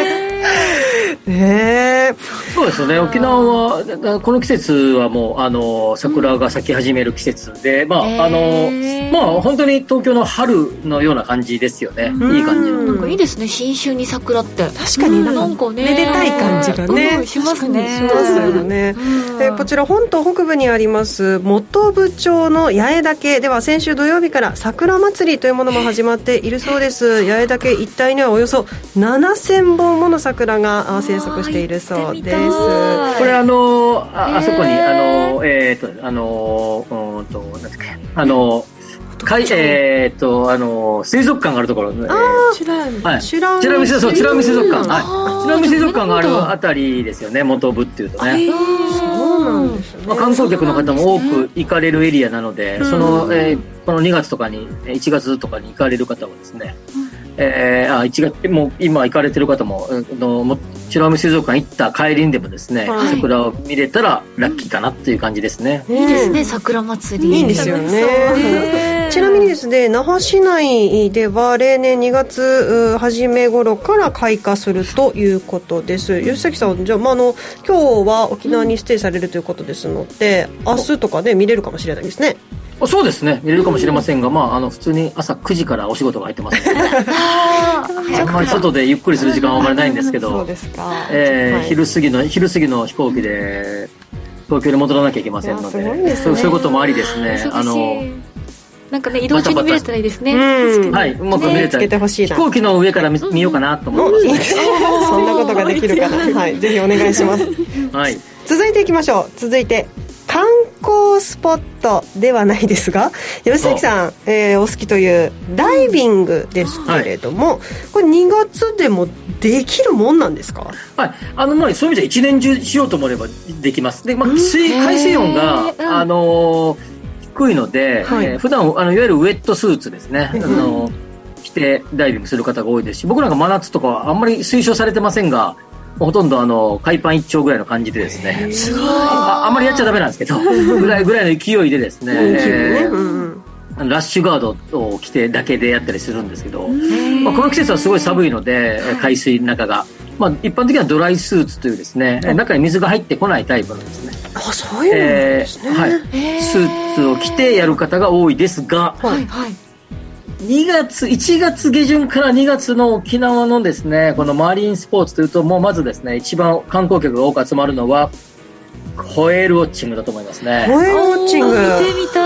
えー、 そうですよね。沖縄はこの季節はもうあの桜が咲き始める季節で、まあ、えー、あのまあ本当に東京の春のような感じですよね。いい感じの。 なんかいいですね。新春に桜って確かになんかね、めでたい感じがね、 うん、しますね。 しますよね。えー、こちら本島北部にあります本部町の八重岳では先週土曜日から桜祭りというものも始まっているそうです。八重岳一帯にはおよそななせんぼんもの桜が生息しているそうです。 これあの あ, あそこにあのえっ、ー、とあのうんとなんだっけあのかいえっ、ー、とあの水族館があるところ、 あ、えー、チラミ、 はい、チラミ水族館、はい、チラミ水族館があるあたりですよね。本部っていうとね。 そうなんですね。 まあ、観光客の方も多く行かれるエリアなので、その、えー、このにがつとかにいちがつとかに行かれる方はですね、えー、あいちがつもう今行かれてる方もの美ら海水族館行った帰りにでもですね、はい、桜を見れたらラッキーかなっていう感じですね。 いいですね、桜祭り。 いいんですよね。ちなみにですね、那覇市内では例年にがつ初め頃から開花するということです。吉崎さん、じゃあ、まあ、あの今日は沖縄にステイされるということですので、明日とかで見れるかもしれないですね。 そうですね、見れるかもしれませんが、まあ、あの普通に朝くじからお仕事が入ってますので、あんまり外でゆっくりする時間はあんまりないんですけど、 そうですか、 えーはい、昼過ぎの昼過ぎの飛行機で東京に戻らなきゃいけませんの で, で、ね、そう, そういうこともありですね。あのなんかね、移動中に見れたらいいですね。 うん、はい、うまく見れたら、ね、飛行機の上から 見, 見ようかなと思いますね。いいですね。 そんなことができるかな。はい、ぜひお願いします。 はい。 続いていきましょう。続いて観光スポットではないですが、吉崎さん、えー、お好きというダイビングですけれども、はい、これにがつでもできるもんなんですか？ はい、あのまあそういう意味じゃ一年中しようと思えばできます。で、まあ、水海水温があのー、低いので、はい、えー、普段あのいわゆるウェットスーツですね、あのー、着てダイビングする方が多いですし、僕なんか真夏とかはあんまり推奨されてませんが、ほとんどあの海パン一丁ぐらいの感じでですね、 すごいあ, あんまりやっちゃダメなんですけどぐらいぐらいの勢いでですね、えー、ラッシュガードを着てだけでやったりするんですけど、まあ、この季節はすごい寒いので海水の中が、まあ、一般的にはドライスーツというですね、中に水が入ってこないタイプなんですね。 あ、そういうのですね、 えーはい、スーツを着てやる方が多いですが、はいはい、にがついちがつ下旬からにがつの沖縄のですね、このマリンスポーツというと、もうまずですね、一番観光客が多く集まるのはホエールウォッチングだと思いますね。 ホエールウォッチング、 見てみた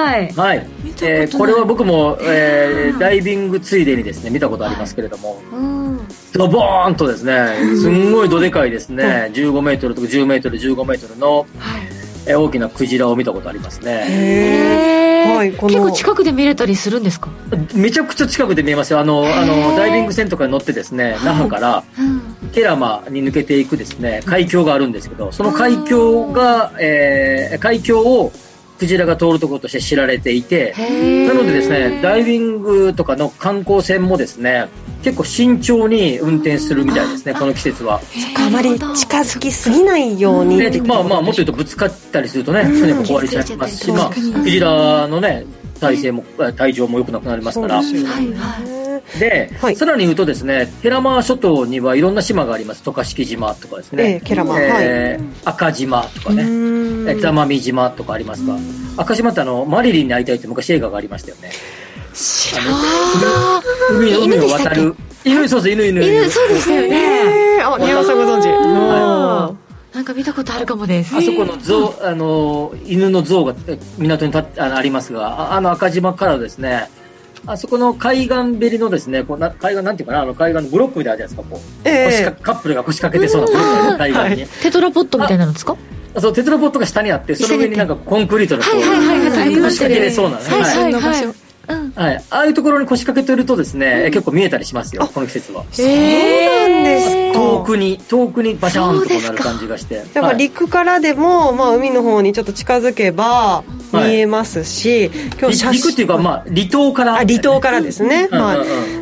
はい、 はいえー、これは僕も、えー、ダイビングついでにですね見たことありますけれども、はい、ドボーンとですねすんごいどでかいですねじゅうごメートルとかじゅうメートルじゅうごメートルの、はいえー、大きなクジラを見たことありますね。 へー、はい、この結構近くで見れたりするんですか？ めちゃくちゃ近くで見えますよ。あのあのダイビング船とかに乗ってですね那覇からケラマに抜けていくですね海峡があるんですけど、その海峡が、えー、海峡をクジラが通るところとして知られていて、なのでですねダイビングとかの観光船もですね結構慎重に運転するみたいですねこの季節は。 そっか、あまり近づきすぎないように、 ね、まあまあもっと言うとぶつかったりするとね船も壊れちゃいますし、まあ、クジラのね体勢も体調も良くなくなりますから。で、はい、さらに言うとですね慶良間諸島にはいろんな島があります。渡嘉敷島とかですね、 えー慶良間えーはい、赤島とかね座間味島とかありますが、赤島ってあのマリリンに会いたいって昔映画がありましたよね。 あの海, 海を渡る犬そうそう犬犬犬そうでしたよね。 あ、新山さんご存知、 はい、なんか見たことあるかもです。 あそこの像あの犬の像が港にたあ, ありますが、あの赤島からですねあそこの海岸べりのですねこうな海岸なんていうかなあの海岸のブロックみたいなやつですかこう、えー、腰かカップルが腰掛けてそうなブロックの海岸に、はい、 テトラポットみたいなのですか？ そうテトラポットが下にあってその上になんかコンクリートのこう、 はいはいはい、 腰掛けてそうなね、 はいはいはいはいうんはい、ああいうところに腰掛けてるとですね、うん、結構見えたりしますよこの季節は。 そうなんですか。 遠くに遠くにバシャーンとこうなる感じがして、 やっぱ陸からでも、まあ、海の方にちょっと近づけば見えますし、はい、 今日写真陸っていうか、まあ、離島からあ離島からですね、はい、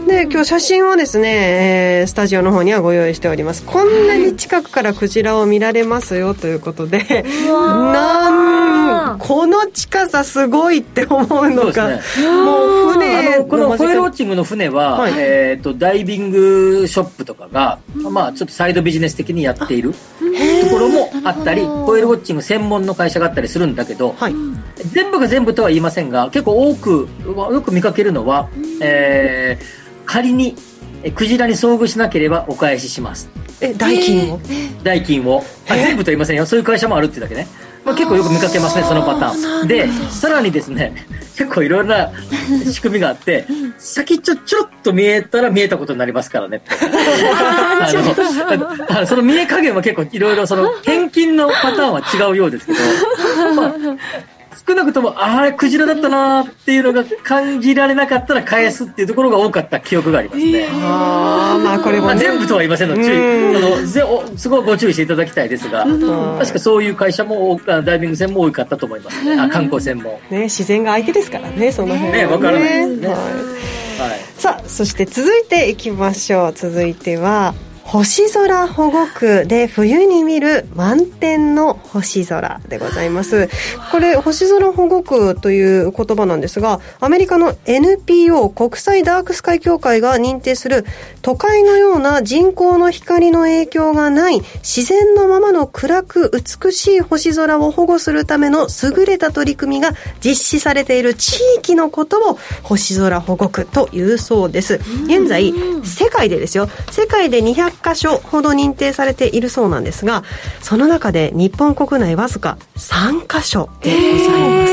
で今日写真をですね、えー、スタジオの方にはご用意しております。こんなに近くからクジラを見られますよということで、なんこの近さすごいって思うのが、ね、もう船あのこのホエールウォッチングの船は、はいえー、とダイビングショップとかが、まあ、ちょっとサイドビジネス的にやっているところもあったり、ホエールウォッチング専門の会社があったりするんだけど、はい、全部が全部とは言いませんが結構多くよく見かけるのは、えー、仮にクジラに遭遇しなければお返しします。 え代金を代金をあ全部とは言いませんよ。そういう会社もあるっていうだけね、まあ、結構よく見かけますねそのパターンで。さらにですね結構いろいろな仕組みがあって先ちょちょろっと見えたら見えたことになりますからねってあのあのその見え加減は結構いろいろその返金のパターンは違うようですけど、まあ少なくともあれクジラだったなっていうのが感じられなかったら返すっていうところが多かった記憶がありますね。 あまあこれも、ねまあ、 全部とは言いませんので注意あのぜおすごいご注意していただきたいですが、確かそういう会社もダイビング船も多かったと思いますね。あ観光船も、 ね、自然が相手ですからねその辺ね分からないですね、はいはい、 さあそして続いていきましょう。続いては星空保護区で冬に見る満天の星空でございます。これ星空保護区という言葉なんですが、アメリカの エヌピーオー 国際ダークスカイ協会が認定する都会のような人工の光の影響がない自然のままの暗く美しい星空を保護するための優れた取り組みが実施されている地域のことを星空保護区というそうです。現在世界でですよ世界でにひゃくかしょほど認定されているそうなんですが、その中で日本国内わずかさんかしょでございます。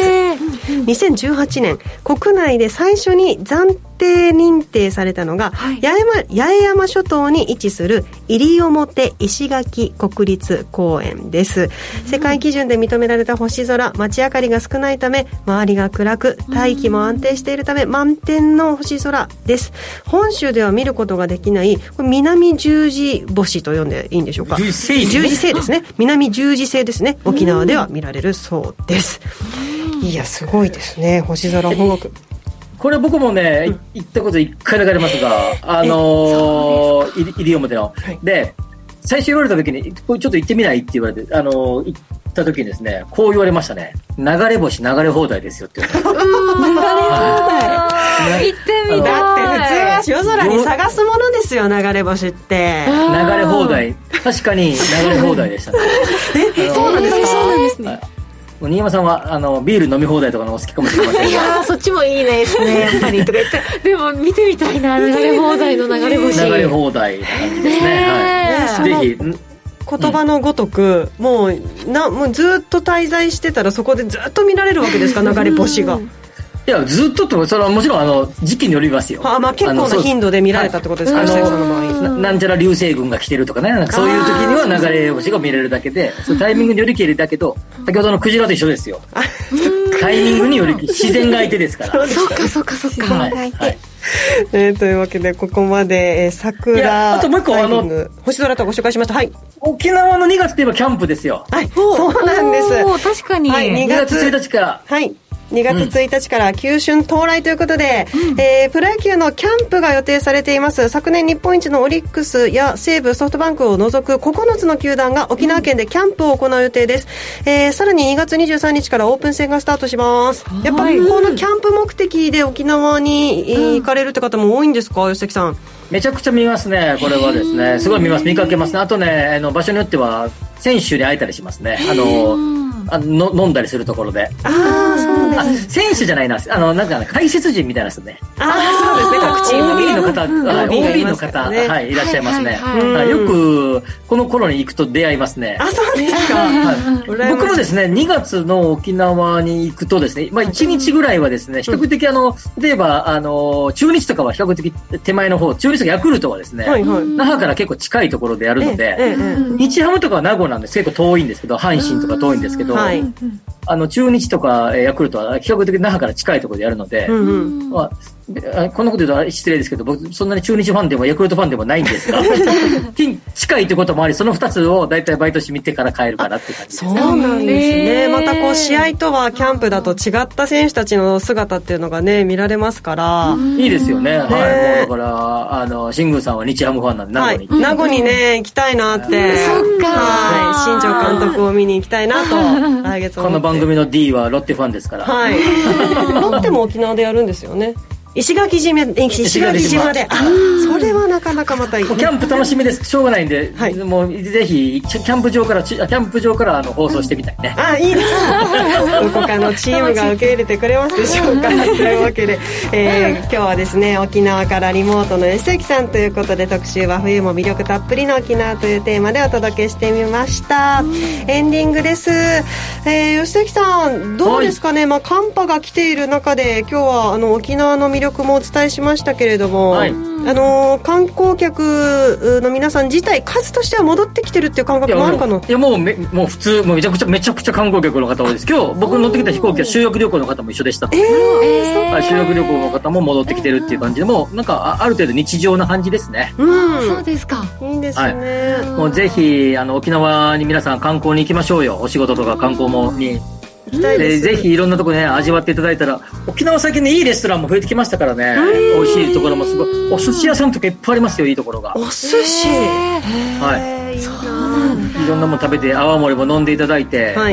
にせんじゅうはちねん国内で最初に暫定認定されたのが、はい、八重山、八重山諸島に位置する西表石垣国立公園です、うん、世界基準で認められた星空、街明かりが少ないため周りが暗く大気も安定しているため、うん、満天の星空です。本州では見ることができないこれ南十字星と呼んでいいんでしょうか。 十字星、 十字星ですね。南十字星ですね。沖縄では見られるそうです、うん、いやすごいですね星空保護区。 これ僕もね、うん、行ったこと一回だけありますが、あのー、西表の、はい、で最初言われた時にちょっと行ってみないって言われて、あのー、行った時にですねこう言われましたね。流れ星流れ放題ですよって言われて流れ放題行ってみたい。 だって普通は夜空に探すものですよ流れ星って。 流れ放題確かに流れ放題でしたねえそうなんですか。 そうなんですね、はい、 新山さんはあのビール飲み放題とかのお好きかもしれませんがいやそっちもいいですねやっぱりとか言ってでも見てみたいな流れ放題の流れ星流れ放題な感じですね、はい、ぜひ言葉のごとく、うん、もうなもうずっと滞在してたらそこでずっと見られるわけですか流れ星がいやずっととそれはもちろんあの時期によりますよ。 あ、まあ、結構な頻度で見られたってことですか、吉崎さんの場合。 な, なんちゃら流星群が来てるとかね、なんかそういう時には流れ星が見れるだけで、そのタイミングによりきりだけど、先ほどのクジラと一緒ですよ。タイミングによりきり、自然が相手ですから。 そうかそうかそうか。 はいはいえー、というわけでここまで、えー、桜あともう一個あの星空とご紹介しました。はい、 沖縄のにがつといえばキャンプですよ。 はい、そうなんです。 確かに、 はい、 にがつついたちから、 はい、にがつついたちから球春到来ということで、うんえー、プロ野球のキャンプが予定されています。昨年日本一のオリックスや西武、ソフトバンクを除くここのつの球団が沖縄県でキャンプを行う予定です、えー、さらににがつにじゅうさんにちからオープン戦がスタートします。やっぱりこのキャンプ目的で沖縄に行かれるって方も多いんですか、吉崎さん。 めちゃくちゃ見ますね。これはですねすごい見ます。見かけますね。あとねあの場所によっては選手に会えたりしますね。あのあの飲んだりするところで。 ああそうです。 選手じゃないな、あのなんか解説陣みたいな人ね。 ああそうですね。各チームオービー の方、うん、オービー の方、ね、はいいらっしゃいますね。はいはいはい、よくこの頃に行くと出会いますね。 あそうですか。 はい、僕もですねにがつの沖縄に行くとですね、まあいちにちぐらいはですね比較的あの例えばあの中日とかは比較的手前の方、中日とかヤクルトはですね、はいはい、那覇から結構近いところでやるので、ええええ、日ハムとかは名護なんです結構遠いんですけど、阪神とか遠いんですけど、はい、あの中日とかヤクルトは比較的那覇から近いところでやるので、うんうんまあ、こんなこと言うと失礼ですけど僕そんなに中日ファンでもヤクルトファンでもないんですが近いということもありそのふたつを大体毎年見てから帰るかなって感じですね。 そうなんですね。またこう試合とはキャンプだと違った選手たちの姿っていうのがね見られますからいいですよね。はい、もうだからあの新宮さんは日ハムファンなんで名護に、 はい、名護にね行きたいなって、 そっか、 はい、新庄監督を見に行きたいなと来月思ってこの番組の D はロッテファンですから、 はい、ロッテも沖縄でやるんですよね。石垣島で、石垣島で、あ、それはなかなかまたいい。 キャンプ楽しみです。しょうがないんで、はい、もうぜひキャンプ場からキャンプ場からあの放送してみたいね。 あ、いいです。どこかのチームが受け入れてくれますでしょうか。というわけで、えー、今日はですね、沖縄からリモートの吉崎さんということで特集は冬も魅力たっぷりの沖縄というテーマでお届けしてみました。エンディングです。えー、吉崎さんどうですかね。はい、まあ寒波が来ている中で今日はあの沖縄の魅力もお伝えしましたけれども、はい、あの観光客の皆さん自体数としては戻ってきてるっていう感覚もあるかな。 いやもうめもう普通もうめちゃくちゃめちゃくちゃ観光客の方多いです。今日僕乗ってきた飛行機は修学旅行の方も一緒でした。えー、はい、修学旅行の方も戻ってきてるっていう感じでもうなんかある程度日常な感じですね。 うん、そうですか。 いいですね。 はい、もうぜひあの沖縄に皆さん観光に行きましょうよ。お仕事とか観光もに。えー、ぜひいろんなところね味わっていただいたら沖縄最近ねいいレストランも増えてきましたからね。美味しいところもすごいお寿司屋さんとかいっぱいありますよ。いいところがお寿司、 はい、いろんなもの食べて泡盛も飲んでいただいて、はい、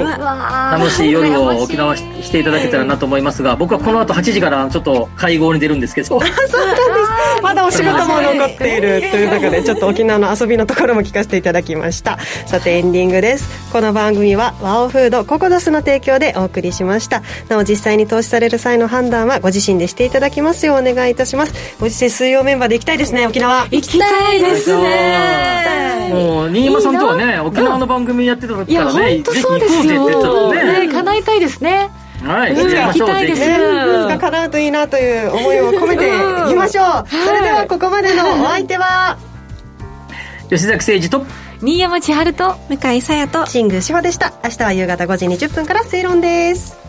楽しい夜を沖縄していただけたらなと思いますが僕はこの後はちじからちょっと会合に出るんですけどそうなんですまだお仕事も残っているという中でちょっと沖縄の遊びのところも聞かせていただきました。さてエンディングです。この番組はワオフードココドスの提供でお送りしました。なお実際に投資される際の判断はご自身でしていただきますようお願いいたします。ご自身水曜メンバーで行きたいですね。沖縄行きたいですね。 もう新山さんとはね沖縄の番組やってた時からねいや本当そうですよね。叶えたいですね。 はい、 いつか行きたいです。いつか叶うといいなという思いを込めていきましょう。それではここまでのお相手は吉崎誠二と新山千春と向井沙耶と新宮志保でした。明日は夕方ごじにじゅっぷんから正論です。